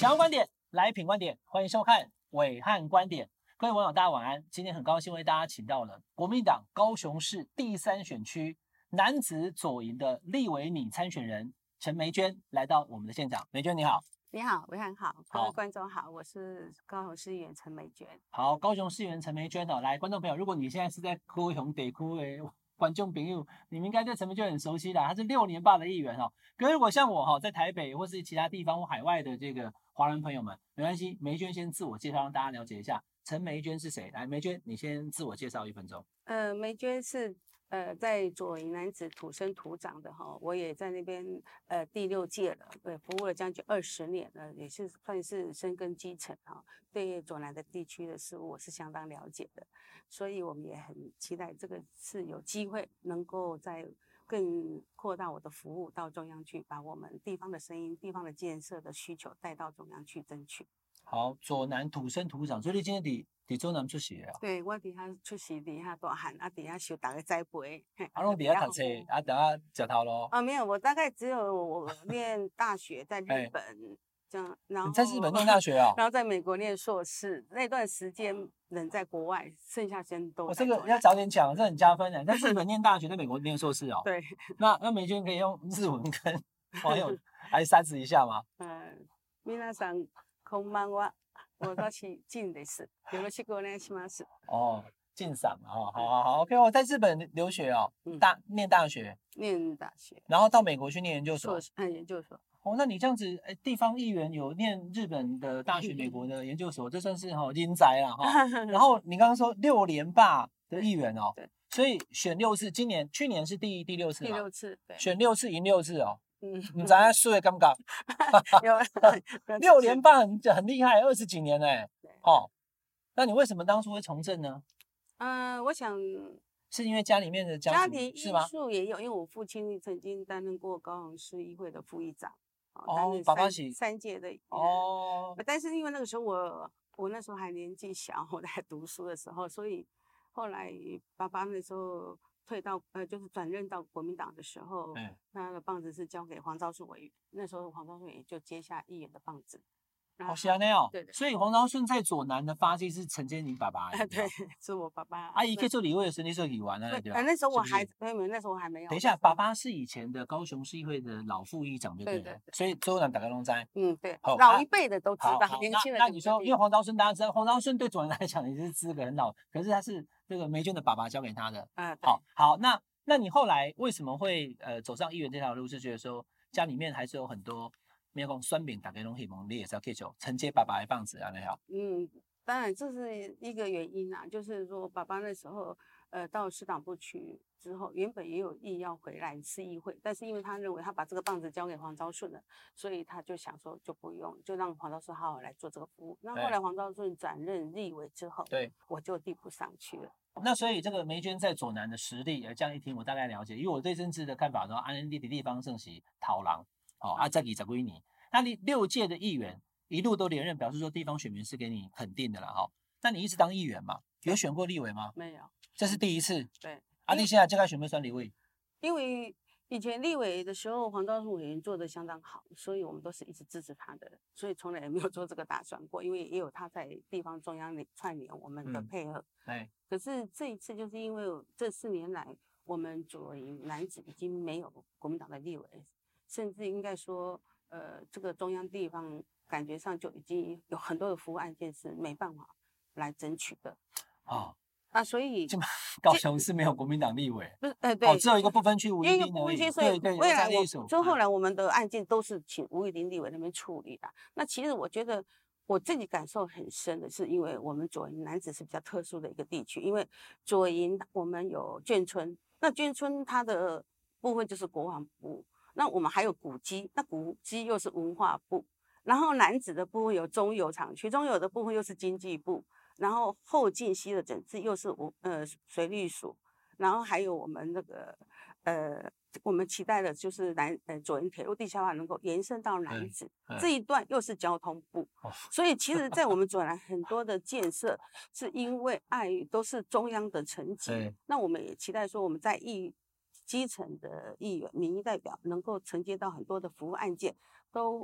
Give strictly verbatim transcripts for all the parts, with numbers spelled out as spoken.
想要观点来品观点，欢迎收看暐瀚观点。各位网友大家晚安，今天很高兴为大家请到了国民党高雄市第三选区男子左营的立委拟参选人陈梅娟来到我们的现场。梅娟你好。 你好，暐瀚好，各位观众好，我是高雄市议员陈梅娟。 好，高雄市议员陈梅娟哦，来，观众朋友，如果你现在是在高雄地区的观众朋友，你们应该对陈梅娟很熟悉啦，他是六年半的议员哦。可是如果像我哈，在台北或是其他地方或海外的这个华人朋友们，没关系，梅娟先自我介绍，让大家了解一下陈梅娟是谁。来，梅娟，你先自我介绍一分钟。 呃，梅娟是呃在左营男子土生土长的哈，我也在那边呃第六届了，对，服务了将近二十年了，也是算是深耕基层哈，对左南的地区的事务我是相当了解的，所以我们也很期待这个是有机会能够在更扩大我的服务到中央去，把我们地方的声音、地方的建设的需求带到中央去争取。 好，左南土生土长，所以你今天伫伫左南出席啊？ 对，我伫遐出席，伫遐大汉，啊，伫遐受大家栽培。 啊，拢伫遐读册，啊，等下食头咯。 啊，没有，我大概只有我念大学在日本，这样，然后你在日本念大学啊？ 然后在美国念硕士，那段时间人在国外，剩下时间都。 我这个要早点讲，这很加分的。在日本念大学，在美国念硕士哦。 对。 那那梅娟可以用日文跟网友来三指一下吗？ 嗯，皆さんこんばんは。我到是进的是，有了去过那什么事？ 哦，进赏哦，好好好 ，OK， 我在日本留学哦，大念大学， 念大学， 然后到美国去念研究所， 嗯，研究所。 哦，那你这样子，哎，地方议员有念日本的大学、美国的研究所，这算是哈人才啦哈。然后你刚刚说六连霸的议员哦，对，所以选六次，今年去年是第第六次嘛， 第六次，对， 选六次赢六次哦。 嗯， 你知道输的尴尬，六连霸很很厉害，二十几年哎，哦，那你为什么当初会从政呢？ 嗯、呃，我想是因为家里面的家庭因素也有，因为我父亲曾经担任过高雄市议会的副议长， 哦，爸爸是三届的哦， 但是因为那个时候我我那时候还年纪小，我在读书的时候，所以后来爸爸那时候。退到呃，就是转任到国民党的时候，嗯，他的棒子是交给黄昭顺委员，那时候黄昭顺委员就接下议员的棒子。 哦，是啊，那样， 对的。 所以黄昭顺在左南的发迹是承接你爸爸， 对，是我爸爸。 阿姨可以做立委的时候，你做议员啊，对吧？ 那时候我还没有，那时候我还没有。 等一下，爸爸是以前的高雄市议会的老副议长，对不对？对。所以左南大家都知。 嗯，对。老一辈的都知道，年轻人。 那你说，因为黄昭顺大家知道，黄昭顺对左南来讲也是资格很老，可是他是这个梅娟的爸爸交给他的。 嗯， 好，好，那。那你后来为什么会呃走上议员这条路？是觉得说家里面还是有很多没有讲酸饼打给龙喜蒙，你也是要 keep 住承接爸爸的棒子啊，那样。 嗯，当然这是一个原因啊，就是说爸爸那时候呃到市党部去之后，原本也有意要回来市议会，但是因为他认为他把这个棒子交给黄昭顺了，所以他就想说就不用，就让黄昭顺好好来做这个服务。那后来黄昭顺转任立委之后，对，我就递补上去了。 那所以这个梅娟在左南的实力，这样一听我大概了解，因为我对政治的看法说，安安地的地方盛行讨狼，哦啊，在几十几年，那你六届的议员一路都连任，表示说地方选民是给你肯定的了哈。那你一直当议员嘛，有选过立委吗？ 没有， 这是第一次。 对， 啊，你现在这个选没选立委？ 因为以前立委的时候，黄昭顺委员做得相当好，所以我们都是一直支持他的，所以从来也没有做这个打算过。因为也有他在地方中央串联我们的配合。 嗯、对。 可是这一次，就是因为这四年来，我们左营男子已经没有国民党的立委，甚至应该说，呃，这个中央地方感觉上就已经有很多的服务案件是没办法来争取的。 哦。 啊，所以高雄是没有国民党立委， 不是，呃，对， 哦，只有一个不分区吴怡丁而已。 对对， 未来我，所以后来我们的案件都是请吴怡丁立委那边处理的。那其实我觉得我自己感受很深的是，因为我们左营男子是比较特殊的一个地区，因为左营我们有眷村，那眷村它的部分就是国防部，那我们还有古迹，那古迹又是文化部，然后男子的部分有中油厂区，中油的部分又是经济部。然后后进溪的整治又是我呃水利署，然后还有我们那个呃我们期待的就是南呃左营铁路地下化能够延伸到南子这一段又是交通部，哦、所以其实在我们左南很多的建设是因为碍于都是中央的层级，那我们也期待说我们在议基层的议员民意代表能够承接到很多的服务案件，都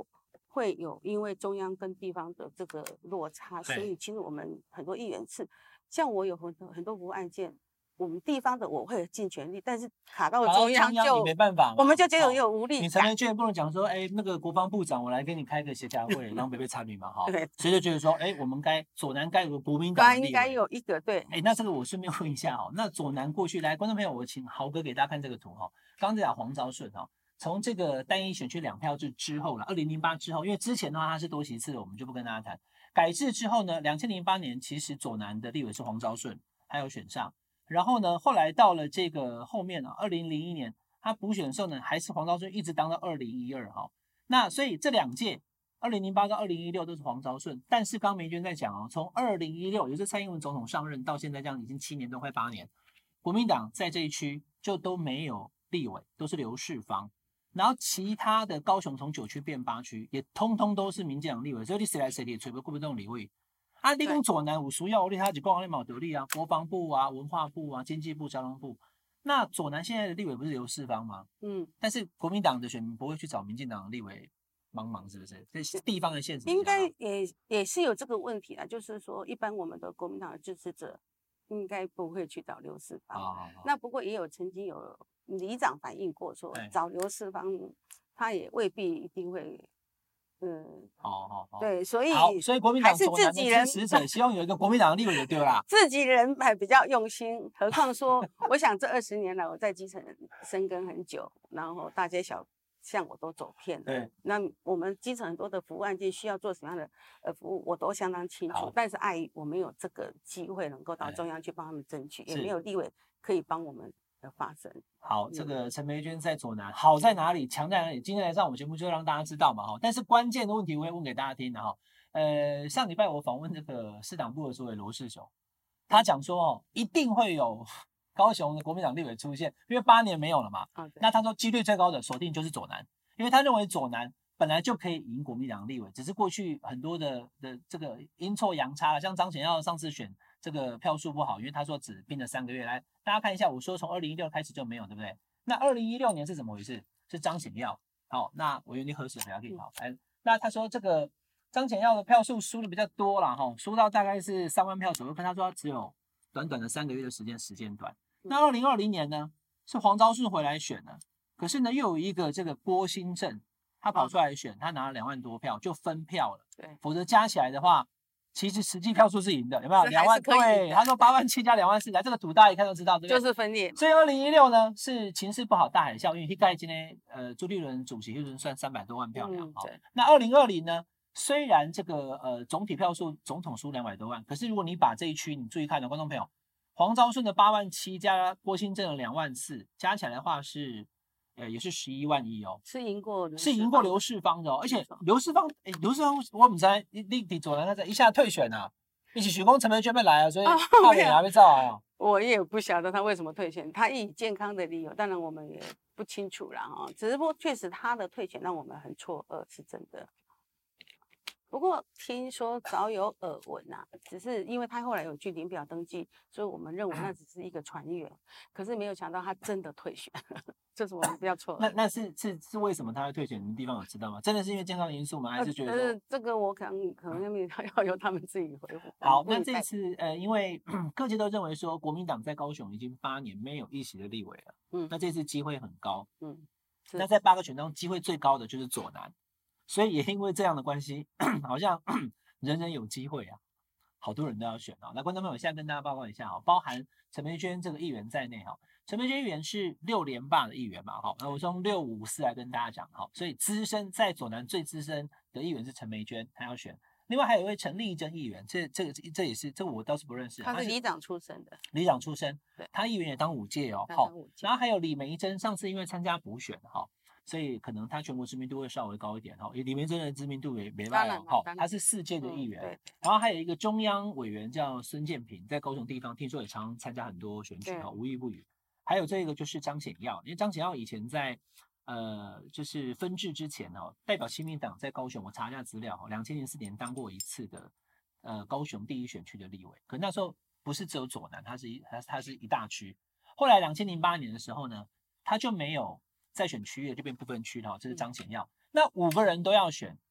会有因为中央跟地方的这个落差，所以其实我们很多议员是，像我有很多很多服务案件。我们地方的我会尽全力，但是卡到中央就你没办法， 我们就觉得有无力感。 你陈培娟不能讲说，哎，那个国防部长，我来跟你开个协调会，然后没被参与嘛，哈。对。所以就觉得说，哎，我们该左南该有个国民党的立委， 应该有一个对。 哎，那这个我顺便问一下哈，那左南过去来，观众朋友，我请豪哥给大家看这个图哈。刚刚在讲黄昭顺哈，从这个单一选区两票制之后了，二零零八之后，因为之前的话他是多席次的，我们就不跟大家谈。改制之后呢，两千零八年其实左南的立委是黄昭顺，还有选上。然后呢，后来到了这个后面啊，二零零一年他补选的时候呢，还是黄昭顺一直当到二零一二哈。那所以这两届二零零八到二零一六都是黄昭顺，但是刚梅娟在讲哦，从二零一六也就是蔡英文总统上任到现在这样已经七年多快八年，国民党在这一区就都没有立委，都是刘世芳。然后其他的高雄从九区变八区，也通通都是民进党立委，所以你谁来谁去，吹不过不动立委。啊，你讲左南有需要，你他就讲你冇得力啊，国防部啊、文化部啊、经济部、交通部。那左南现在的立委不是刘世芳吗？嗯，但是国民党的选民不会去找民进党的立委帮忙，是不是？这是地方的现实。 应该也也是有这个问题啦，就是说，一般我们的国民党的支持者应该不会去找刘世芳。哦、那不过也有曾经有里长反映过说，找刘世芳，他也未必一定会。嗯， 哦哦对，所以好，所以国民党还是自己人支持者希望有一个国民党的立委就对啦。 自己人还比较用心，何况说，我想这二十年来我在基层深耕很久，然后大街小巷我都走遍了。对，那我们基层很多的服务案件需要做什么样的呃服务，我都相当清楚。但是碍于我没有这个机会能够到中央去帮他们争取，也没有立委可以帮我们。的发生。 好，这个陈培娟在左南好在哪里，强在哪里？今天来上我们节目就让大家知道嘛哈。但是关键的问题我会问给大家听的哈。呃，上礼拜我访问这个市党部的主委罗世雄，他讲说哦，一定会有高雄的国民党立委出现，因为八年没有了嘛。哦、那他说几率最高的锁定就是左南，因为他认为左南本来就可以赢国民党立委，只是过去很多的的这个阴错阳差，像张显耀上次选。这个票数不好，因为他说只拼了三个月。来，大家看一下，我说从二零一六开始就没有，对不对？那二零一六年是怎么回事？是张显耀。好，那我有你核实比较可以好。来，那他说这个张显耀的票数输的比较多了哈，输到大概是三万票左右。可他说他只有短短的三个月的时间，时间短。那二零二零年呢，是黄昭顺回来选了，可是呢又有一个这个郭新正，他跑出来选，他拿了两万多票就分票了。对，否则加起来的话。其实实际票数是赢的，有没有？两万对，他说八万七加两万四，来这个图大家一看就知道，对不对？ 就是分裂。 所以二零一六呢是情势不好，大海啸，因为盖今天呃朱立伦主席就是算三百多万票量啊、嗯。对。那二零二零呢，虽然这个呃总体票数总统输两百多万，可是如果你把这一区你注意看的观众朋友，黄昭顺的八万七加郭新正的两万四，加起来的话是。呃，也是十一万一哦， 是赢过， 是赢过刘世芳的哦，而且刘世芳，哎，刘世芳，我们在立地左南那在一下退选啊，一起许公陈培娟没来啊，所以差点还没照啊。 我也不晓得他为什么退选，他以健康的理由，当然我们也不清楚啦哈，只是说确实他的退选让我们很错愕，是真的。不过听说早有耳闻呐、啊，只是因为他后来有去领表登记，所以我们认为那只是一个传言。可是没有想到他真的退选，这是我们比较错。 那那是是是为什么他会退选？你们地方有知道吗？真的是因为健康因素吗？还是觉得说？ 呃，这个我可能可能要由他们自己回复。 好，那这一次呃，因为各界都认为说国民党在高雄已经八年没有一席的立委了，嗯，那这次机会很高，嗯，那在八个选中机会最高的就是左南。所以也因为这样的关系，好像人人有机会啊，好多人都要选啊。那观众朋友，现在跟大家报告一下哈，包含陈培娟这个议员在内哈，陈培娟议员是六连霸的议员嘛，哈，那我从六五四来跟大家讲哈，所以资深在左南最资深的议员是陈培娟，他要选。另外还有一位陈丽珍议员，这这个这也是这个我倒是不认识， 他是里长出身的， 里长出身，对，他议员也当五届哦，好，然后还有李梅珍，上次因为参加补选哈。所以可能他全国知名度会稍微高一点哈，李梅珍的知名度也没办法哈，他是四届的议员、嗯，然后还有一个中央委员叫孙建平，在高雄地方听说也常参加很多选举哈，无一不语。还有这个就是张显耀，因为张显耀以前在呃就是分治之前哦，代表亲民党在高雄，我查一下资料哈，两千零四年当过一次的呃高雄第一选区的立委，可那时候不是只有左南，他是一他他是一大区。后来两千零八年的时候呢，他就没有。再选区域就变不分区了，这是张显耀。那五个人都要选，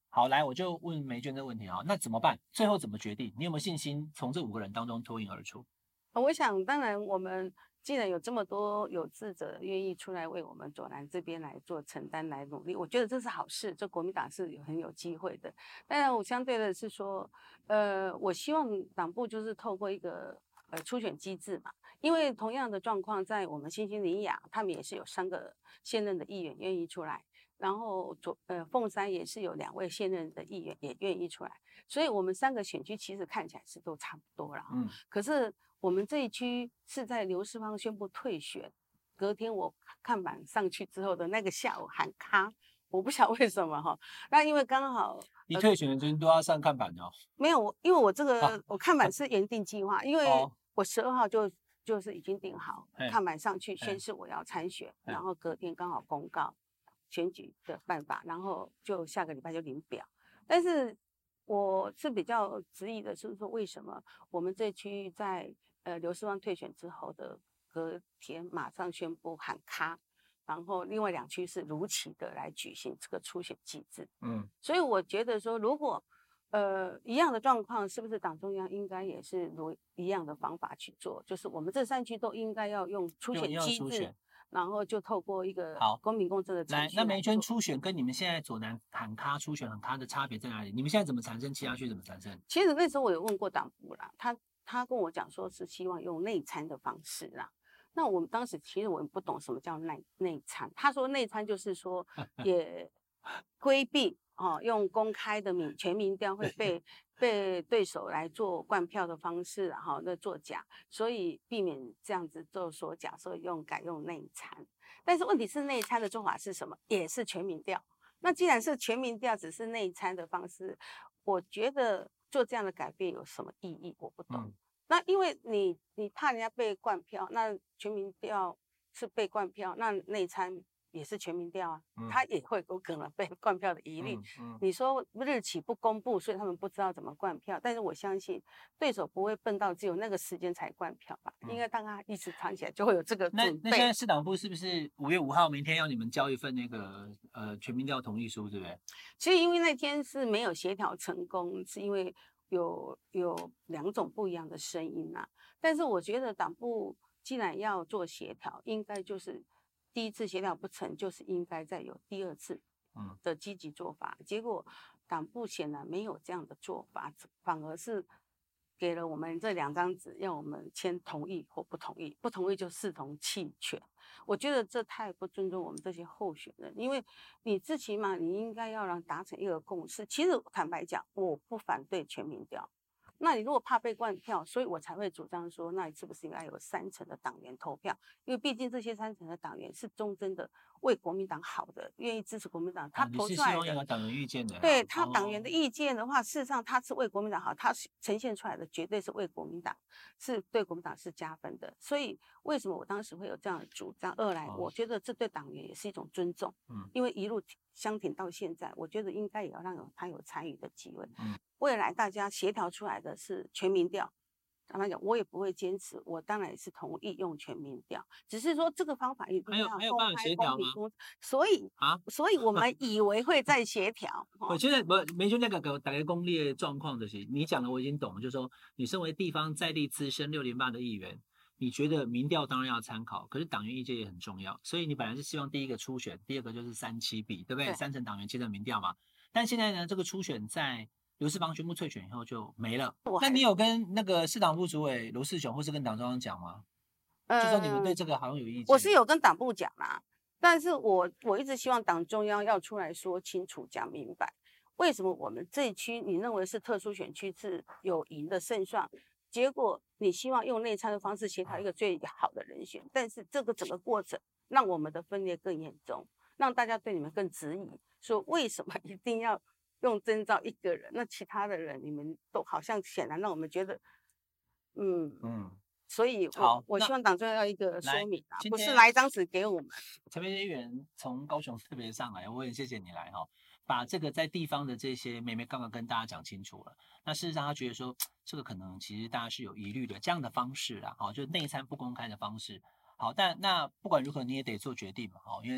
好，来，我就问梅娟这个问题啊，那怎么办？最后怎么决定？你有没有信心从这五个人当中脱颖而出？ 呃我想，当然我们既然有这么多有志者愿意出来为我们左南这边来做承担、来努力，我觉得这是好事。这国民党是有很有机会的。当然，我相对的是说，呃，我希望党部就是透过一个呃初选机制嘛，因为同样的状况在我们新兴林雅，他们也是有三个现任的议员愿意出来。然后左呃凤山也是有两位现任的议员也愿意出来，所以我们三个选区其实看起来是都差不多了。 嗯， 可是我们这一区是在刘世芳宣布退选，隔天我看板上去之后的那个下午喊卡，我不晓得为什么哈。那因为刚好你退选的人都要上看板的哦。 没有我，因为我这个、 啊我看板是原定计划，因为哦我十二号就就是已经定好嘿看板上去嘿宣誓我要参选， 嘿然后隔天刚好公告选举的办法，然后就下个礼拜就领表。但是我是比较质疑的是说，为什么我们这区域在呃刘世芳退选之后的隔天马上宣布喊卡，然后另外两区是如期的来举行这个初选机制。 嗯， 所以我觉得说，如果呃一样的状况，是不是党中央应该也是如一样的方法去做？就是我们这三区都应该要用初选用机制初选， 然后就透过一个好公平公正的程来， 序那梅娟做初选跟你们现在左南喊咖初选喊咖的差别在哪里？你们现在怎么产生？其他区怎么产生？ 其实那时候我有问过党部啦，他他跟我讲说是希望用内参的方式啦。那我们当时其实我们不懂什么叫内内参，他说内参就是说也规避哦，用公开的民全民调会被被对手来做灌票的方式，然后那作假，所以避免这样子做说假，所以用改用内参。但是问题是内参的做法是什么？也是全民调。那既然是全民调，只是内参的方式，我觉得做这样的改变有什么意义？我不懂。 嗯那因为你你怕人家被灌票，那全民调是被灌票，那内参也是全民调啊， 嗯他也会有可能被灌票的疑虑。 嗯嗯你说日期不公布，所以他们不知道怎么灌票，但是我相信对手不会笨到只有那个时间才灌票吧？ 嗯应该当他一直藏起来，就会有这个那准那现在备。 市党部是不是五月五号明天要你们交一份那个呃全民调同意书，对不对？ 其实因为那天是没有协调成功，是因为有有两种不一样的声音呐、但是我觉得党部既然要做协调，应该就是第一次协调不成，就是应该再有第二次嗯的积极做法。结果党部显然没有这样的做法，反而是给了我们这两张纸，要我们签同意或不同意，不同意就视同弃权。我觉得这太不尊重我们这些候选人，因为你最起码你应该要让达成一个共识。其实坦白讲，我不反对全民调。那你如果怕被灌票，所以我才会主张说，那你是不是应该有三成的党员投票？因为毕竟这些三成的党员是忠贞的，为国民党好的，愿意支持国民党，他哦你是投出来的。 希望有党员意见的啦， 对他党员的哦意见的话，事实上他是为国民党好，他呈现出来的绝对是为国民党，是对国民党是加分的。所以为什么我当时会有这样的主张？二来， 哦我觉得这对党员也是一种尊重， 嗯因为一路相挺到现在，我觉得应该也要让有他有参与的机会。 嗯未来大家协调出来的是全民调。坦白讲，我也不会坚持，我当然也是同意用全民调，只是说这个方法一定还有要还有办法公开、 协调吗公平、公，所以啊， 所以我们以为会再协调。哦我现在不没就那个给我打开公立的状况，就是你讲的我已经懂了，就是说你身为地方在地资深六零八的议员，你觉得民调当然要参考，可是党员意见也很重要，所以你本来是希望第一个初选，第二个就是三七比，对不对？ 对三成党员接着民调嘛，但现在呢，这个初选在刘世芳宣布退选以后就没了。 我还那你有跟那个市党部主委卢世雄或是跟党中央讲吗？ 呃就说你们对这个好像有意见。 我是有跟党部讲啦，但是我我一直希望党中央要出来说清楚、讲明白，为什么我们这一区你认为是特殊选区是有赢的胜算，结果你希望用内参的方式协调一个最好的人选，但是这个整个过程让我们的分裂更严重，让大家对你们更质疑，说为什么一定要用征召一个人，那其他的人你们都好像显然让我们觉得，嗯嗯， 所以好我我那希望党中央要一个来说明啊，不是今天来一张纸给我们。 陈培杰议员从高雄特别上来，我很谢谢你来哈、把这个在地方的这些妹妹刚刚跟大家讲清楚了。那事实上，他觉得说这个可能其实大家是有疑虑的，这样的方式啊，好，就是内参不公开的方式。好，但那不管如何，你也得做决定嘛，好，因为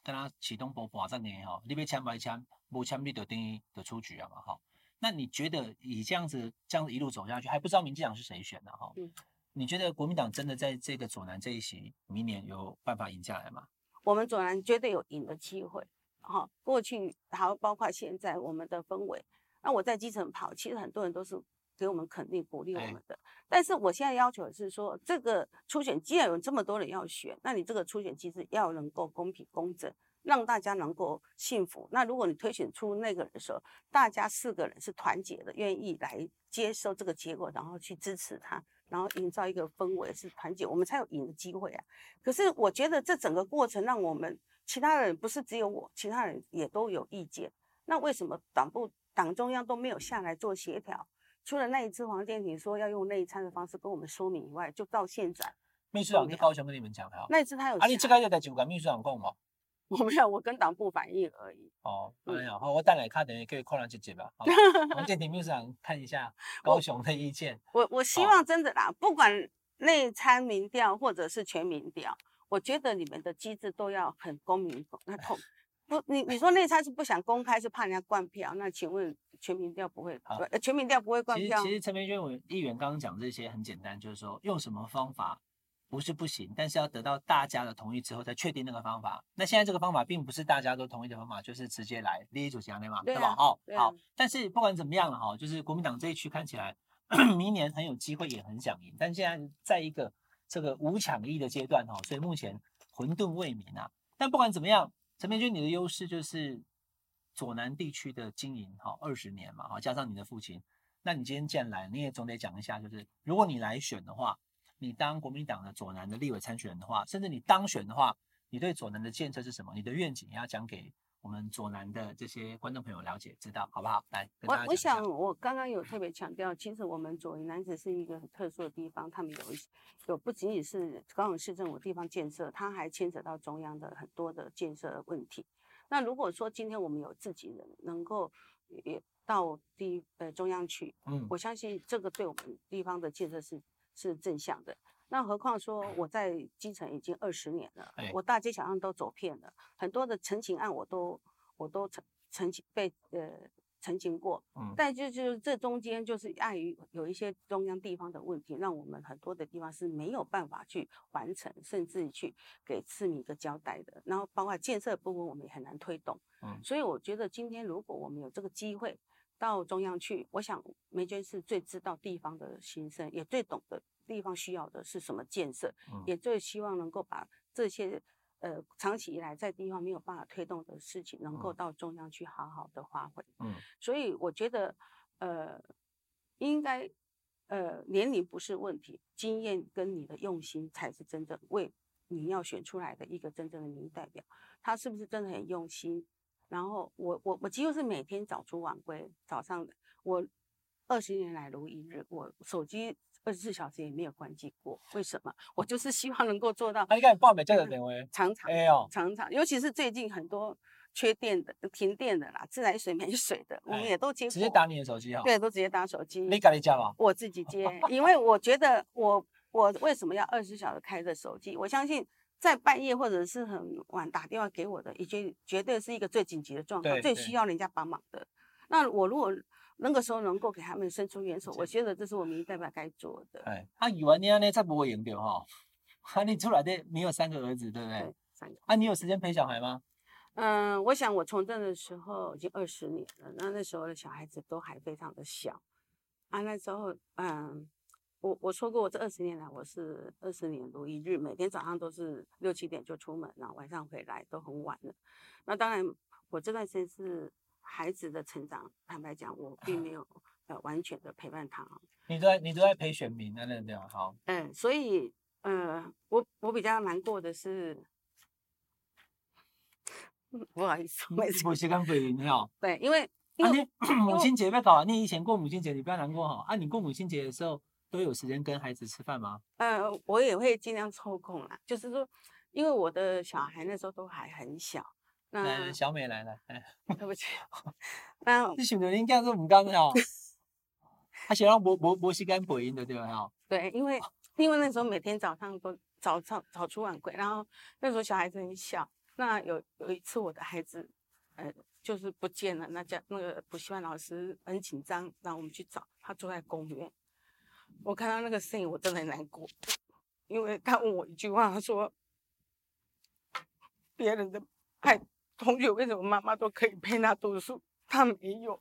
跟他启动波波这年哈，你被签白签，不签你就等于就出局了嘛哈。那你觉得以这样子这样子一路走下去，还不知道民进党是谁选的哈？嗯，你觉得国民党真的在这个左南这一席，明年有办法赢下来吗？ 我们左南绝对有赢的机会。哈、哦，过去还有包括现在我们的氛围，那我在基层跑，其实很多人都是给我们肯定鼓励我们的。哎、但是我现在要求的是说，这个初选既然有这么多人要选，那你这个初选机制要能够公平公正。让大家能够幸福。那如果你推选出那个人的时候，大家四个人是团结的，愿意来接受这个结果，然后去支持他，然后营造一个氛围是团结，我们才有赢的机会啊。可是我觉得这整个过程让我们其他人不是只有我，其他人也都有意见。那为什么党部党中央都没有下来做协调？除了那一次黄健庭说要用内参的方式跟我们说明以外，就到现在， 秘书长在高雄跟你们讲， 那一次他有啊，你这个要在就跟秘书长讲嘛。 我没有，我跟党部反映而已。 哦，哎呀，好，我等来看等于可以看两集节吧。黄健庭秘书长看一下高雄的意见。 我我希望真的啦，不管内参民调或者是全民调，我觉得你们的机制都要很公平。那痛不，你你说内参是不想公开，是怕人家灌票，那请问全民调不会？呃，全民调不会灌票。 其实其实陈培娟议员刚刚讲这些很简单，就是说用什么方法。不是不行，但是要得到大家的同意之后再确定那个方法。那现在这个方法并不是大家都同意的方法，就是直接来立主席案内嘛，对吧？哦，好。但是不管怎么样了哈，就是国民党这一区看起来明年很有机会，也很想赢，但现在在一个这个无抢役的阶段哈，所以目前混沌未明啊。但不管怎么样，陈培娟你的优势就是左南地区的经营哈，二十年嘛哈，加上你的父亲，那你今天既然来，你也总得讲一下，就是如果你来选的话。你当国民党的左南的立委参选人的话，甚至你当选的话，你对左南的建设是什么？你的愿景也要讲给我们左南的这些观众朋友了解，知道好不好？来，跟大家讲一下。 我我想我刚刚有特别强调，其实我们左营南子是一个很特殊的地方，他们有有不仅仅是高雄市政府地方建设，它还牵扯到中央的很多的建设问题。那如果说今天我们有自己人能够也到地呃中央去，嗯，我相信这个对我们地方的建设是。是正向的，那何况说我在基层已经二十年了，哎、我大街小巷都走遍了，很多的陈情案我都我都陈陈情被呃陈情过，嗯，但就就是这中间就是碍于有一些中央地方的问题，让我们很多的地方是没有办法去完成，甚至去给市民一个交代的，然后包括建设部分我们也很难推动，嗯，所以我觉得今天如果我们有这个机会。到中央去，我想梅娟是最知道地方的心声，也最懂得地方需要的是什么建设，嗯、也最希望能够把这些呃长期以来在地方没有办法推动的事情，能够到中央去好好的发挥。嗯，所以我觉得呃应该呃年龄不是问题，经验跟你的用心才是真正为你要选出来的一个真正的民意代表，他是不是真的很用心？然后我我我几乎是每天早出晚归，早上的我二十年来如一日，我手机二十四小时也没有关机过。为什么？我就是希望能够做到。 啊，你看你报没这个电话？ 常常，哎呦，常常，尤其是最近很多缺电的、停电的啦，自来水没水的，我们也都接过。 直接打你的手机哈？ 对，都直接打手机。 你自己接吗？ 我自己接，因为我觉得我我为什么要二十四小时开着手机？我相信。在半夜或者是很晚打电话给我的，已经绝对是一个最紧急的状况，最需要人家帮忙的。那我如果那个时候能够给他们伸出援手，我觉得这是我民意代表该做的。 哎，啊，以完你安尼才不会赢掉哈。啊，你出来的，你有三个儿子，对不对？ 对，三个。 啊，你有时间陪小孩吗？ 嗯，我想我从政的时候已经二十年了，那那时候的小孩子都还非常的小。啊，那时候，嗯。我我说过，我这二十年来，我是二十年如一日，每天早上都是六七点就出门，然后晚上回来都很晚了。那当然，我这段时间是孩子的成长，坦白讲，我并没有呃完全的陪伴他。 你都在你都在陪选民啊，那这样好。 嗯，所以呃，我我比较难过的是，不好意思，没事。没时间陪你哦。 对，因为因为、 啊、母亲节要搞，你以前过母亲节，你不要难过哈。啊，你过母亲节的时候。都有时间跟孩子吃饭吗？ 呃，我也会尽量抽空啦。就是说，因为我的小孩那时候都还很小。那来来，小美来来，哎， 对不起。那你想到恁囝都唔敢哦，他想要无无无时间陪因的对吧？ 对，因为因为那时候每天早上都早早早出晚归，然后那时候小孩子很小， 那有有一次我的孩子，呃，就是不见了，那家那个补习班老师很紧张，让我们去找他，坐在公园。我看到那个身影，我真的很难过，因为他问我一句话，他说：“别人的孩同学为什么妈妈都可以陪他读书，他没有？”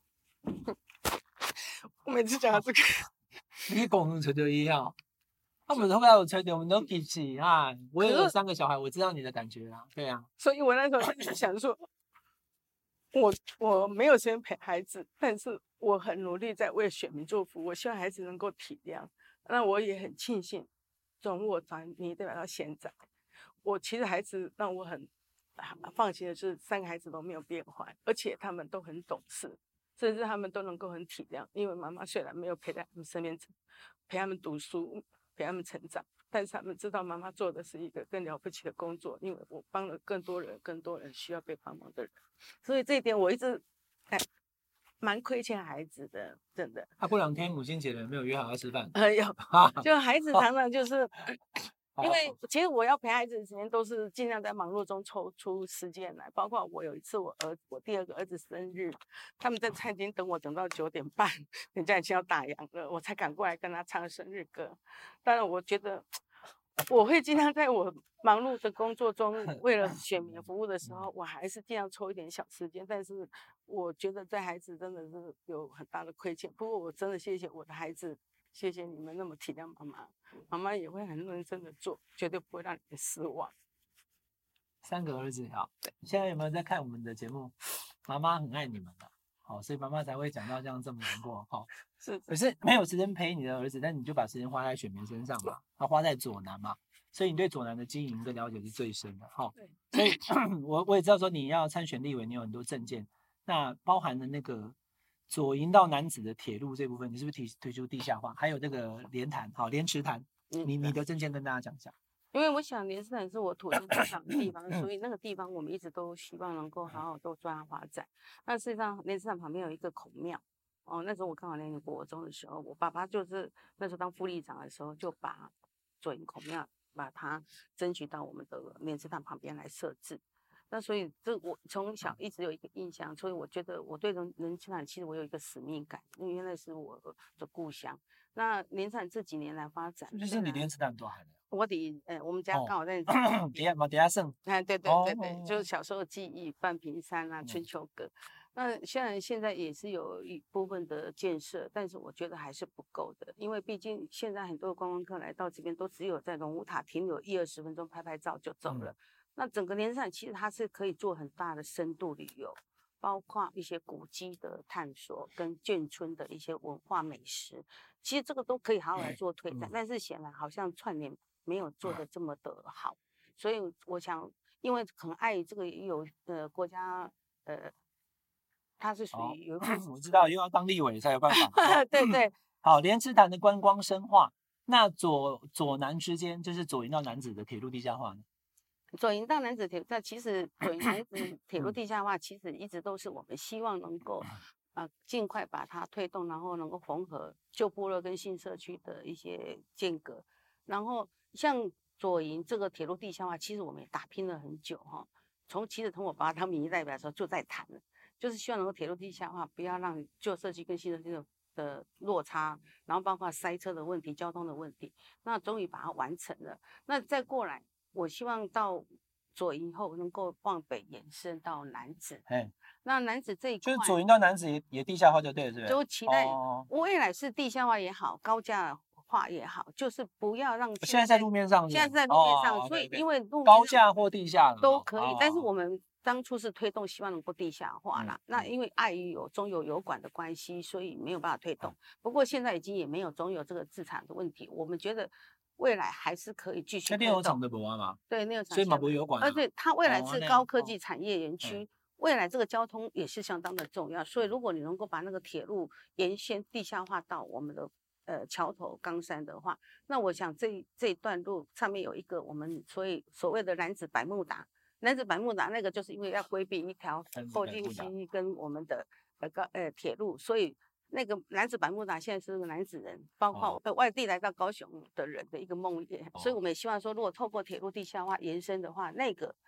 我每次讲到这个， 你讲出就一样。他们后来有吹的，我们都一起啊。我也有三个小孩，我知道你的感觉啊。对啊， 所以我那时候就想说，我我没有时间陪孩子，但是我很努力在为选民做服务。我希望孩子能够体谅。那我也很庆幸，从我转你代表到现在，我其实孩子让我很放心的是，三个孩子都没有变坏，而且他们都很懂事，甚至他们都能够很体谅。因为妈妈虽然没有陪在他们身边，陪他们读书。陪他们成长，但是他们知道妈妈做的是一个更了不起的工作，因为我帮了更多人，更多人需要被帮忙的人，所以这一点我一直哎蛮亏欠孩子的，真的。 他过两天母亲节了，没有约好要吃饭？ 哎呦，就孩子常常就是。因为其实我要陪孩子的时间都是尽量在忙碌中抽出时间来，包括我有一次我儿我第二个儿子生日，他们在餐厅等我等到九点半，人家已经要打烊了，我才赶过来跟他唱生日歌。当然，我觉得我会尽量在我忙碌的工作中，为了选民服务的时候，我还是尽量抽一点小时间。但是我觉得在孩子真的是有很大的亏欠，不过我真的谢谢我的孩子。谢谢你们那么体谅妈妈，妈妈也会很认真的做，绝对不会让你们失望。 三个儿子，好，现在有没有在看我们的节目？妈妈很爱你们的，好，所以妈妈才会讲到这样这么难过，好， 是。 可是没有时间陪你的儿子，但你就把时间花在选民身上嘛，他花在左南嘛，所以你对左南的经营跟了解是最深的，好，所以我我也知道说你要参选立委，你有很多政见，那包含了那个。左营到楠梓的铁路这部分，你是不是提推出地下化？还有这个莲潭，好莲池潭，你你的政见跟大家讲一下。 因为我想莲池潭是我土生土长的地方，所以那个地方我们一直都希望能够好好都抓发展。那事实上，莲池潭旁边有一个孔庙，哦，那时候我刚好念国中的时候，我爸爸就是那时候当副理长的时候，就把左营孔庙把它争取到我们的莲池潭旁边来设置。那所以这我从小一直有一个印象，所以我觉得我对人莲池潭其实我有一个使命感，因为那是我的故乡。那莲池潭这几年来发展， 就是你莲池潭多海的。 我的呃，我们家刚好在底下嘛，底下剩。 哎，对对对对，就是小时候的记忆，半屏山啊，春秋阁。那虽然现在也是有一部分的建设，但是我觉得还是不够的，因为毕竟现在很多观光客来到这边，都只有在龙舞塔停留一二十分钟拍拍照就走了。那整个莲池潭其实它是可以做很大的深度旅游，包括一些古迹的探索跟眷村的一些文化美食，其实这个都可以好好来做推展。但是显然好像串联没有做的这么的好，所以我想，因为可能碍于这个有呃国家呃，它是属于有一个我知道，又要当立委才有办法。 对对， 好，莲池潭的观光深化，那左左南之间就是左营到楠梓的铁路地下化呢？ 左营到楠梓铁，那其实左营楠梓铁路地下化，其实一直都是我们希望能够呃尽快把它推动，然后能够缝合旧部落跟新社区的一些间隔。然后像左营这个铁路地下化，其实我们也打拼了很久哈。从其实从我爸当民意代表的时候就在谈了，就是希望能够铁路地下化，不要让旧社区跟新社区的的落差，然后包括塞车的问题、交通的问题，那终于把它完成了。那再过来。我希望到左营后能够往北延伸到楠梓，那楠梓这一块， 就是左营到楠梓也也地下化就对了，是不是？ 就期待未来是地下化也好，高架化也好，就是不要让现在在路面上， 现在在路面上，所以因为路高架或地下都可以，但是我们当初是推动希望能够地下化啦，那因为碍于有中油油管的关系，所以没有办法推动。不过现在已经也没有中油这个自产的问题，我们觉得。未来还是可以继续。 那炼油厂的不玩吗？ 对，炼油厂， 所以嘛不油管。 而且它未来是高科技产业园区，未来这个交通也是相当的重要。所以如果你能够把那个铁路沿线地下化到我们的呃桥头冈山的话，那我想这这一段路上面有一个我们所以所谓的楠梓百慕达，楠梓百慕达那个就是因为要规避一条后进溪跟我们的呃高呃铁路，所以。那个楠梓百慕达现在是个楠梓人，包括呃外地来到高雄的人的一个梦魇，哦、所以我们也希望说，如果透过铁路地下化延伸的话，那个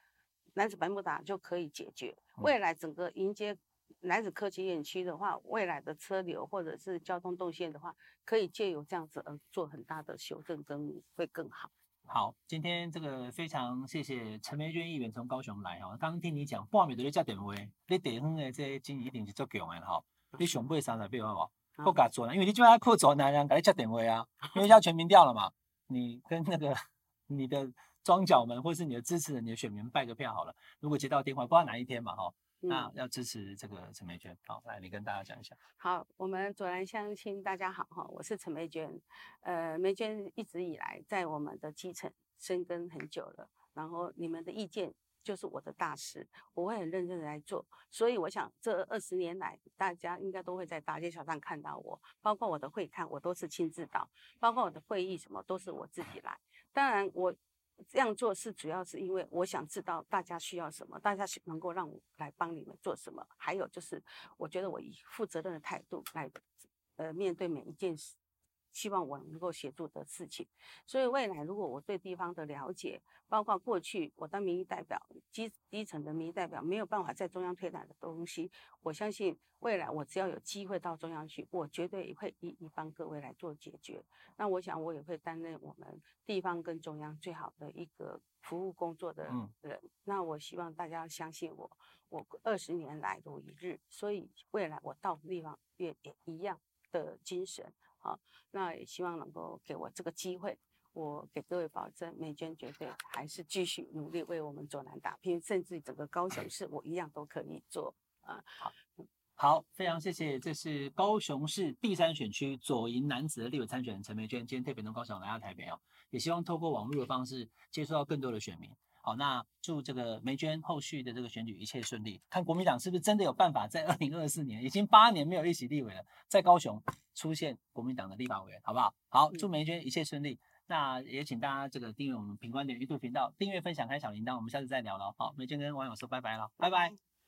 楠梓百慕达就可以解决。未来整个迎接楠梓科技园区的话，未来的车流或者是交通动线的话，可以借由这样子而做很大的修正，跟会更好。 好，今天这个非常谢谢陈梅娟议员从高雄来哈。刚刚听你讲半暝就咧接电话，你地方的这经营一定是足强的哈。你上尾三十秒好不好？我甲做呢，因为你就要靠做男人给你接电话啊，因为要全民调了嘛。你跟那个你的庄脚们或是你的支持人、你的选民拜个票好了。如果接到电话，不知道哪一天嘛哈。那要支持这个陈梅娟，好，来你跟大家讲一下。 好，我们左蓝乡亲大家好哈，我是陈梅娟。呃，梅娟一直以来在我们的基层深耕很久了，然后你们的意见就是我的大事，我会很认真的来做。所以我想这二十年来，大家应该都会在大街小巷看到我，包括我的会看，我都是亲自到，包括我的会议什么都是我自己来。当然我。这样做是主要是因为我想知道大家需要什么，大家能够让我来帮你们做什么。还有就是，我觉得我以负责任的态度来，呃，面对每一件事，希望我能够协助的事情。所以未来如果我对地方的了解，包括过去我当民意代表，基基层的民意代表没有办法在中央推展的东西，我相信未来我只要有机会到中央去，我绝对也会一一帮各位来做解决。那我想我也会担任我们地方跟中央最好的一个服务工作的人。嗯、那我希望大家相信我，我二十年来如一日，所以未来我到地方也也一样的精神。好，那也希望能够给我这个机会，我给各位保证，梅娟绝对还是继续努力为我们左南打拼，甚至整个高雄市我一样都可以做啊。 好，好，非常谢谢，这是高雄市第三选区左营男子的立委参选人陈梅娟，今天特别从高雄来到台北哦，也希望透过网络的方式接触到更多的选民。好，那祝这个梅娟后续的这个选举一切顺利。看国民党是不是真的有办法在二零二四年，已经八年没有一席立委了，在高雄出现国民党的立法委员，好不好？好，祝梅娟一切顺利。那也请大家这个订阅我们品观点 YouTube 频道，订阅、分享、开小铃铛。我们下次再聊了。好，梅娟跟网友说拜拜了，拜拜。